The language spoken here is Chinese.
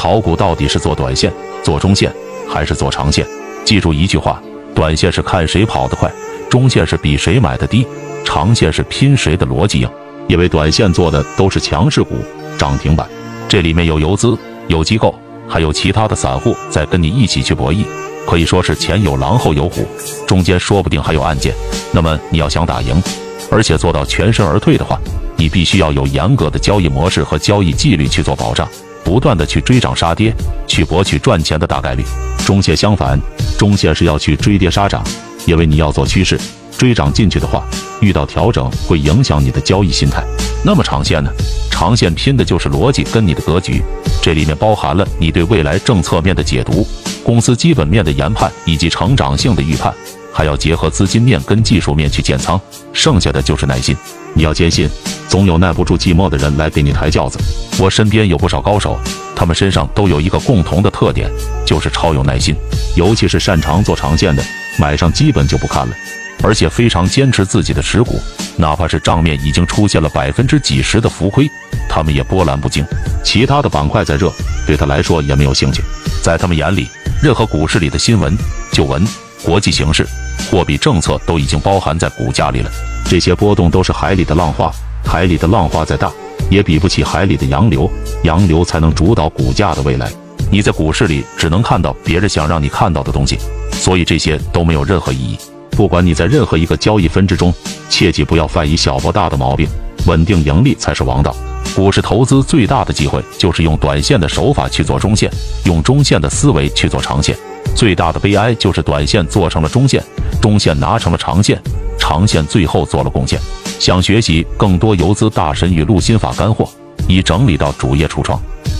炒股到底是做短线、做中线还是做长线？记住一句话，短线是看谁跑得快，中线是比谁买的低，长线是拼谁的逻辑硬。因为短线做的都是强势股、涨停板，这里面有游资、有机构，还有其他的散户在跟你一起去博弈，可以说是前有狼后有虎，中间说不定还有暗箭。那么你要想打赢，而且做到全身而退的话，你必须要有严格的交易模式和交易纪律去做保障，不断的去追涨杀跌，去博取赚钱的大概率。中线相反，中线是要去追跌杀涨，因为你要做趋势，追涨进去的话，遇到调整会影响你的交易心态。那么长线呢？长线拼的就是逻辑跟你的格局，这里面包含了你对未来政策面的解读、公司基本面的研判以及成长性的预判，还要结合资金面跟技术面去建仓，剩下的就是耐心。你要坚信，总有耐不住寂寞的人来给你抬轿子。我身边有不少高手，他们身上都有一个共同的特点，就是超有耐心，尤其是擅长做长线的，买上基本就不看了，而且非常坚持自己的持股，哪怕是账面已经出现了几十%的浮亏，他们也波澜不惊。其他的板块再热，对他来说也没有兴趣。在他们眼里，任何股市里的新闻、旧闻、国际形势、货币政策都已经包含在股价里了。这些波动都是海里的浪花，海里的浪花再大，也比不起海里的洋流，洋流才能主导股价的未来。你在股市里只能看到别人想让你看到的东西，所以这些都没有任何意义。不管你在任何一个交易分支中，切记不要犯以小博大的毛病，稳定盈利才是王道。股市投资最大的机会就是用短线的手法去做中线，用中线的思维去做长线。最大的悲哀就是短线做成了中线，中线拿成了长线，长线最后做了贡献。想学习更多游资大神语录心法干货，已整理到主页橱窗。